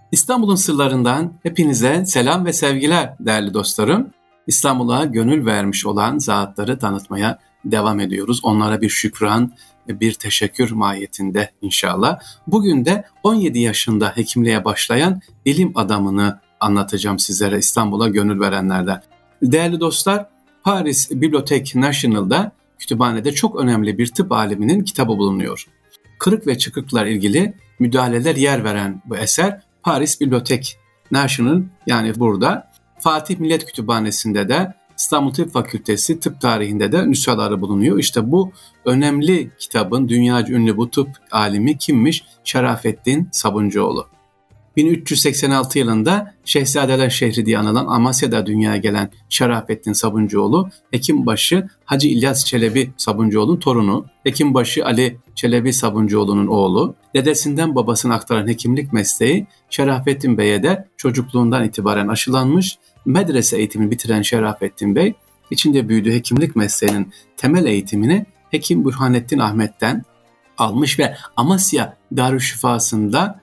İstanbul'un sırlarından hepinize selam ve sevgiler değerli dostlarım. İstanbul'a gönül vermiş olan zatları tanıtmaya devam ediyoruz. Onlara bir şükran, bir teşekkür mahiyetinde inşallah. Bugün de 17 yaşında hekimliğe başlayan ilim adamını anlatacağım sizlere, İstanbul'a gönül verenlerden. Değerli dostlar, Paris Bibliothèque National'da, kütüphanede çok önemli bir tıp aliminin kitabı bulunuyor. Kırık ve çıkıklar ilgili müdahaleler yer veren bu eser Paris Bibliothèque National, yani burada Fatih Millet Kütüphanesi'nde de İstanbul Tıp Fakültesi tıp tarihinde de nüshaları bulunuyor. İşte bu önemli kitabın dünyaca ünlü bu tıp alimi kimmiş? Şerafettin Sabuncuoğlu. 1386 yılında Şehzadeler şehri diye anılan Amasya'da dünyaya gelen Şerafettin Sabuncuoğlu, Hekimbaşı Hacı İlyas Çelebi Sabuncuoğlu'nun torunu, Hekimbaşı Ali Çelebi Sabuncuoğlu'nun oğlu, dedesinden babasına aktaran hekimlik mesleği Şerafettin Bey'e de çocukluğundan itibaren aşılanmış. Medrese eğitimi bitiren Şerafettin Bey, içinde büyüdüğü hekimlik mesleğinin temel eğitimini Hekim Burhanettin Ahmet'ten almış ve Amasya Darüşşifası'nda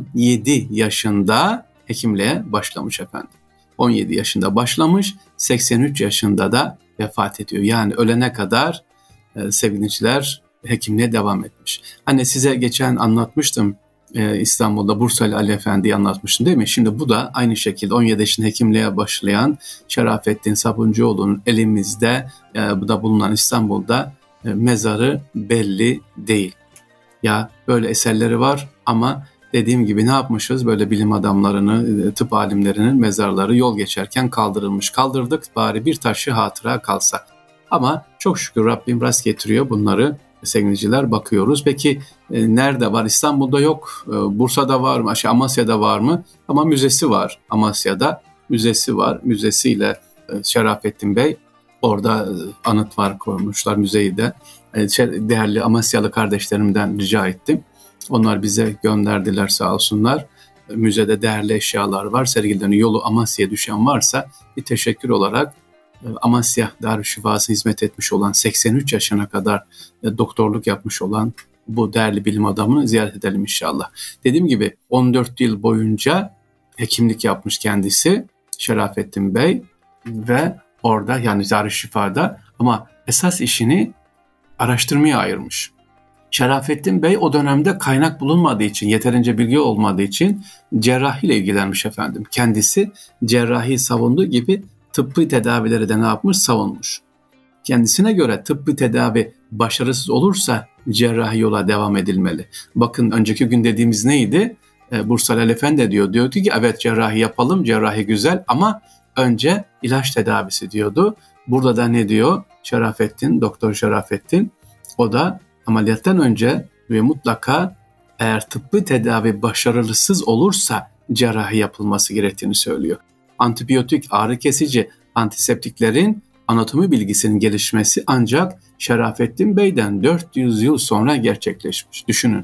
17 yaşında hekimliğe başlamış efendim. 17 yaşında başlamış, 83 yaşında da vefat ediyor. Yani ölene kadar sevgiliciler hekimliğe devam etmiş. Hani size geçen anlatmıştım, İstanbul'da Bursalı Ali Efendi'yi anlatmıştım değil mi? Şimdi bu da aynı şekilde 17 yaşında hekimliğe başlayan Şerafettin Sabuncuoğlu'nun elimizde, bu da bulunan İstanbul'da mezarı belli değil. Ya böyle eserleri var ama dediğim gibi ne yapmışız? Böyle bilim adamlarını, tıp alimlerinin mezarları yol geçerken kaldırılmış. Kaldırdık, bari bir taşı hatıra kalsa. Ama çok şükür Rabbim rast getiriyor bunları. Sevgiliciler, bakıyoruz. Peki nerede var? İstanbul'da yok. Bursa'da var mı? Amasya'da var mı? Ama müzesi var. Amasya'da müzesi var. Müzesiyle Şerafettin Bey, orada anıt var, koymuşlar müzeyi de. Değerli Amasyalı kardeşlerimden rica ettim. Onlar bize gönderdiler sağ olsunlar. Müzede değerli eşyalar var. Sergilerin yolu Amasya'ya düşen varsa bir teşekkür olarak Amasya Darüşşifası hizmet etmiş olan, 83 yaşına kadar doktorluk yapmış olan bu değerli bilim adamını ziyaret edelim inşallah. Dediğim gibi 14 yıl boyunca hekimlik yapmış kendisi Şerafettin Bey ve orada, yani Darüşşifa'da, ama esas işini araştırmaya ayırmış. Şerafettin Bey o dönemde kaynak bulunmadığı için, yeterince bilgi olmadığı için cerrahiyle ilgilenmiş efendim. Kendisi cerrahi savunduğu gibi tıbbi tedavileri de ne yapmış? Savunmuş. Kendisine göre tıbbi tedavi başarısız olursa cerrahi yola devam edilmeli. Bakın önceki gün dediğimiz neydi? Bursalı Ali Efendi diyordu ki evet cerrahi yapalım, cerrahi güzel ama önce ilaç tedavisi diyordu. Burada da ne diyor? Doktor Şerafettin, o da ameliyattan önce ve mutlaka eğer tıbbi tedavi başarısız olursa cerrahi yapılması gerektiğini söylüyor. Antibiyotik, ağrı kesici, antiseptiklerin anatomi bilgisinin gelişmesi ancak Şerafettin Bey'den 400 yıl sonra gerçekleşmiş. Düşünün,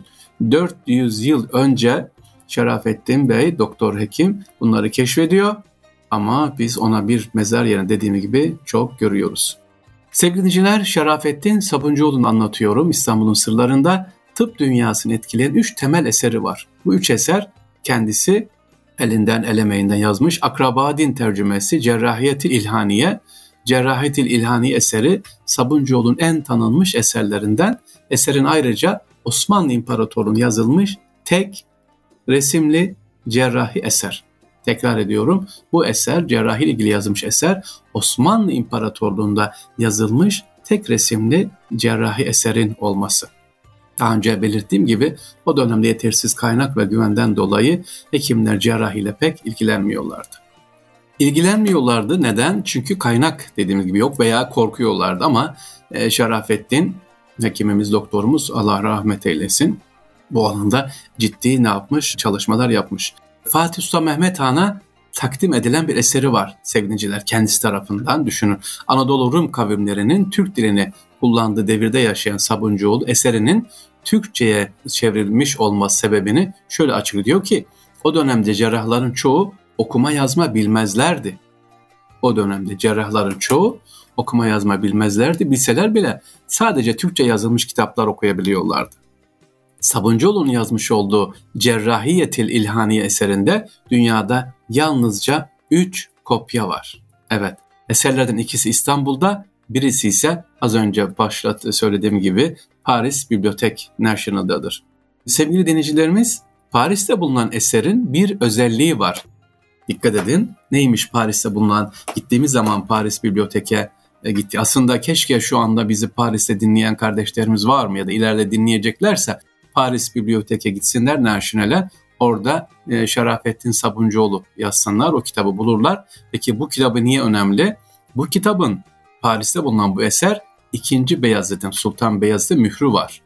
400 yıl önce Şerafettin Bey, doktor hekim, bunları keşfediyor ama biz ona bir mezar yerine, dediğim gibi, çok görüyoruz. Sevgili dinleyiciler, Şerafettin Sabuncuoğlu'nu anlatıyorum. İstanbul'un sırlarında tıp dünyasını etkileyen 3 temel eseri var. Bu 3 eser kendisi elinden, el emeğinden yazmış. Akraba Din tercümesi Cerrahiyet-i İlhaniye. Cerrahiyet-i İlhaniye eseri Sabuncuoğlu'nun en tanınmış eserlerinden. Eserin ayrıca Osmanlı İmparatorluğu'nun yazılmış tek resimli cerrahi eser. Tekrar ediyorum, bu eser, cerrahi ile ilgili yazılmış eser, Osmanlı İmparatorluğu'nda yazılmış tek resimli cerrahi eserin olması. Daha önce belirttiğim gibi o dönemde yetersiz kaynak ve güvenden dolayı hekimler cerrahiyle pek ilgilenmiyorlardı. İlgilenmiyorlardı. Neden? Çünkü kaynak, dediğimiz gibi, yok veya korkuyorlardı ama Şerafettin hekimimiz, doktorumuz, Allah rahmet eylesin, bu alanda ciddi ne yapmış? Çalışmalar yapmış. Fatih Sultan Mehmet Han'a takdim edilen bir eseri var sevgiliciler, kendisi tarafından. Düşünün, Anadolu Rum kavimlerinin Türk dilini kullandığı devirde yaşayan Sabuncuoğlu eserinin Türkçe'ye çevrilmiş olması sebebini şöyle açıklıyor ki o dönemde cerrahların çoğu okuma yazma bilmezlerdi. O dönemde cerrahların çoğu okuma yazma bilmezlerdi. Bilseler bile sadece Türkçe yazılmış kitaplar okuyabiliyorlardı. Sabuncuoğlu'nun yazmış olduğu Cerrahiyetil İlhaniye eserinde dünyada yalnızca 3 kopya var. Evet, eserlerden ikisi İstanbul'da, birisi ise az önce söylediğim gibi Paris Bibliothèque Nationale'dadır. Sevgili dinleyicilerimiz, Paris'te bulunan eserin bir özelliği var. Dikkat edin, neymiş Paris'te bulunan, gittiğimiz zaman Paris Bibliothèque'e gitti. Aslında keşke şu anda bizi Paris'te dinleyen kardeşlerimiz var mı ya da ileride dinleyeceklerse Paris Bibliothèque'e gitsinler, Nationale'e. Orada Şerafettin Sabuncuoğlu yazsınlar, o kitabı bulurlar. Peki bu kitabı niye önemli? Bu kitabın, Paris'te bulunan bu eser 2. Beyazıt'ın, Sultan Beyazıt'ın mührü var.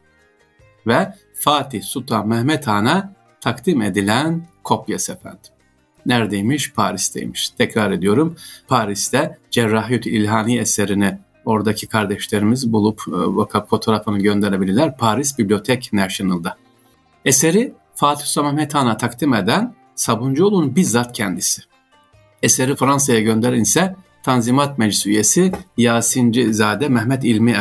Ve Fatih Sultan Mehmet Han'a takdim edilen kopyası efendim. Neredeymiş? Paris'teymiş. Tekrar ediyorum, Paris'te Cerrahiyetül İlhaniye eserini oradaki kardeşlerimiz bulup bakıp fotoğrafını gönderebilirler. Paris Bibliothèque Nationale'da. Eseri Fatih Sultan Mehmet Han'a takdim eden Sabuncuoğlu'nun bizzat kendisi. Eseri Fransa'ya gönderen ise Tanzimat Meclisi üyesi Yasincizade Mehmet İlmi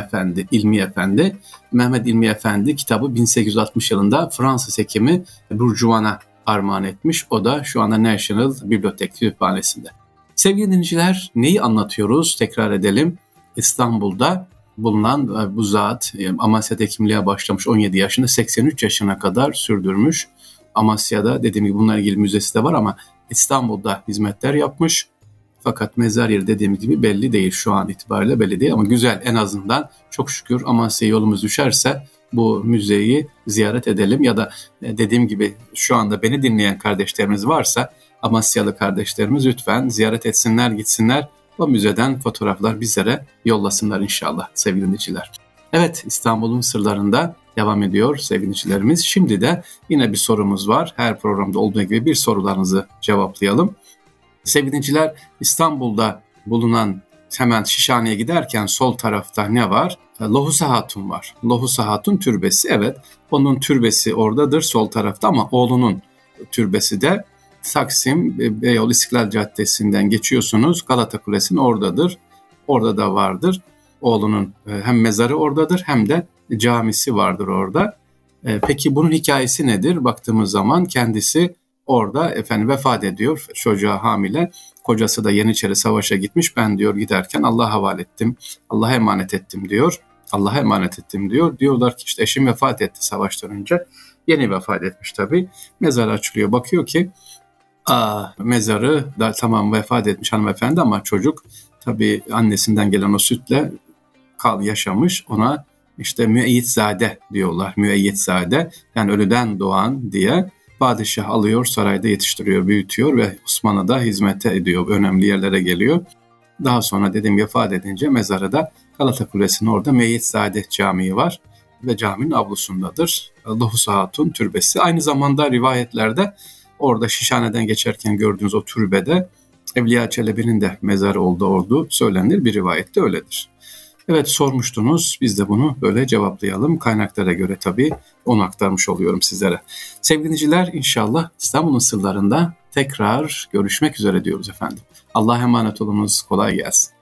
Efendi. Mehmet İlmi Efendi kitabı 1860 yılında Fransız hekimi Bourjuan'a armağan etmiş. O da şu anda National Bibliothèque Kütüphanesi'nde. Sevgili dinleyiciler, neyi anlatıyoruz? Tekrar edelim. İstanbul'da bulunan bu zat Amasya'da hekimliğe başlamış, 17 yaşında 83 yaşına kadar sürdürmüş. Amasya'da dediğim gibi bununla ilgili müzesi de var ama İstanbul'da hizmetler yapmış. Fakat mezar yeri dediğim gibi belli değil, şu an itibariyle belli değil ama güzel, en azından çok şükür Amasya'ya yolumuz düşerse bu müzeyi ziyaret edelim ya da dediğim gibi şu anda beni dinleyen kardeşlerimiz varsa, Amasyalı kardeşlerimiz lütfen ziyaret etsinler, gitsinler. O müzeden fotoğraflar bizlere yollasınlar inşallah sevgili dinleyiciler. Evet, İstanbul'un sırlarında devam ediyor sevgili dinleyicilerimiz. Şimdi de yine bir sorumuz var. Her programda olduğu gibi bir sorularınızı cevaplayalım. Sevgili dinleyiciler, İstanbul'da bulunan hemen Şişhane'ye giderken sol tarafta ne var? Lohusa Hatun var. Lohusa Hatun türbesi, evet. Onun türbesi oradadır sol tarafta ama oğlunun türbesi de Taksim Beyoğlu İstiklal Caddesi'nden geçiyorsunuz. Galata Kulesi'nin oradadır. Orada da vardır. Oğlunun hem mezarı oradadır hem de camisi vardır orada. Peki bunun hikayesi nedir? Baktığımız zaman kendisi orada vefat ediyor. Çocuğa hamile. Kocası da Yeniçeri Savaş'a gitmiş. Ben diyor giderken Allah'a havale ettim. Allah'a emanet ettim diyor. Allah'a emanet ettim diyor. Diyorlar ki işte eşim vefat etti savaştan önce. Yeni vefat etmiş tabii. Mezarı açılıyor. Bakıyor ki mezarı da tamam, vefat etmiş hanımefendi ama çocuk tabii annesinden gelen o sütle yaşamış. Ona işte Müeyyitzade diyorlar. Müeyyitzade, yani ölüden doğan diye. Padişah alıyor, sarayda yetiştiriyor, büyütüyor ve Osmanlı'da hizmete ediyor. Önemli yerlere geliyor. Daha sonra vefat edince mezarı da Galata Kulesi'nin orada Müeyyitzade Camii var ve caminin avlusundadır. Lohusa Hatun türbesi. Aynı zamanda rivayetlerde orada Şişhane'den geçerken gördüğünüz o türbede Evliya Çelebi'nin de mezarı olduğu söylenir. Bir rivayette öyledir. Evet, sormuştunuz. Biz de bunu böyle cevaplayalım. Kaynaklara göre tabii onu aktarmış oluyorum sizlere. Sevgili dinleyiciler, inşallah İstanbul'un sırlarında tekrar görüşmek üzere diyoruz efendim. Allah'a emanet olunuz. Kolay gelsin.